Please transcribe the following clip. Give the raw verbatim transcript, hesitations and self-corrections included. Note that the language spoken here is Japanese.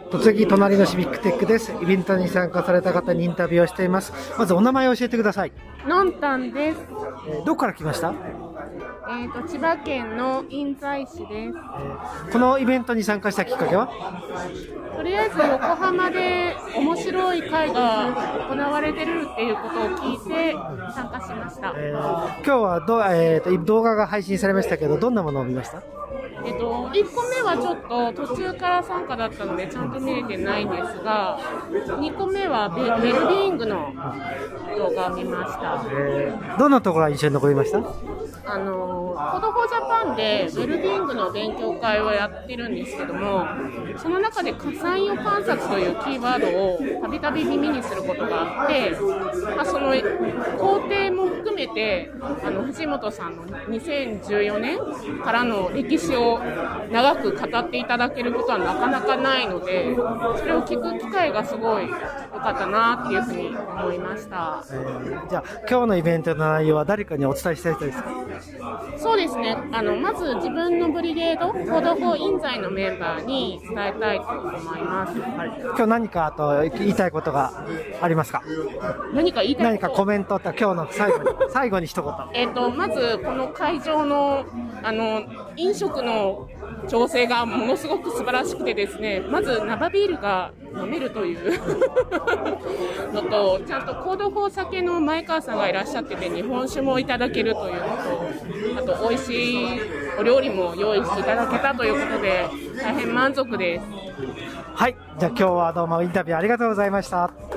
栃木隣のシビックテックです。イベントに参加された方にインタビューをしています。まずお名前を教えてください。 のんたんです。 えーどこから来ました？ えーと千葉県の印西市です。 このイベントに参加したきっかけは？ とりあえず横浜で面白い会が行われてるっていうことを聞いて参加しました。 えー今日はどう、えーと動画が配信されましたけど、どんなものを見ました？ えっと、いっこめはちょっと途中から参加だったのでちゃんと見れてないんですが、にこめはベ、ウェルビーイングの動画を見ました。 えーどんなところが印象に残りました？ あのコドフォージャパンでウェルビーイングの勉強会をやってるんですけども、その中で火山予観察というキーワードをたびたび耳にすることがあって、まあ、その工程も含めてあの藤本さんのにせんじゅうよねんからの歴史を長く語っていただけることはなかなかないので、それを聞く機会がすごい良かったなっていうふうに思いました。 えーじゃあ今日のイベントの内容は誰かにお伝えしたいですか？ そうですね、あのまず自分のブリゲードコードフォー印西のメンバーに伝えたいと思います。 今日何かあと言いたいことがありますか？ 何か言いたいこと何かコメントって今日の最後に最後に一言。 えー、とまずこの会場の、あの飲食の調整がものすごく素晴らしくてですね、まず生ビールが飲めるというのと、ちゃんとコードフォー酒の前川さんがいらっしゃってて日本酒もいただけるというのと、あと美味しいお料理も用意していただけたということで大変満足です。 はい、じゃあ今日はどうもインタビューありがとうございました。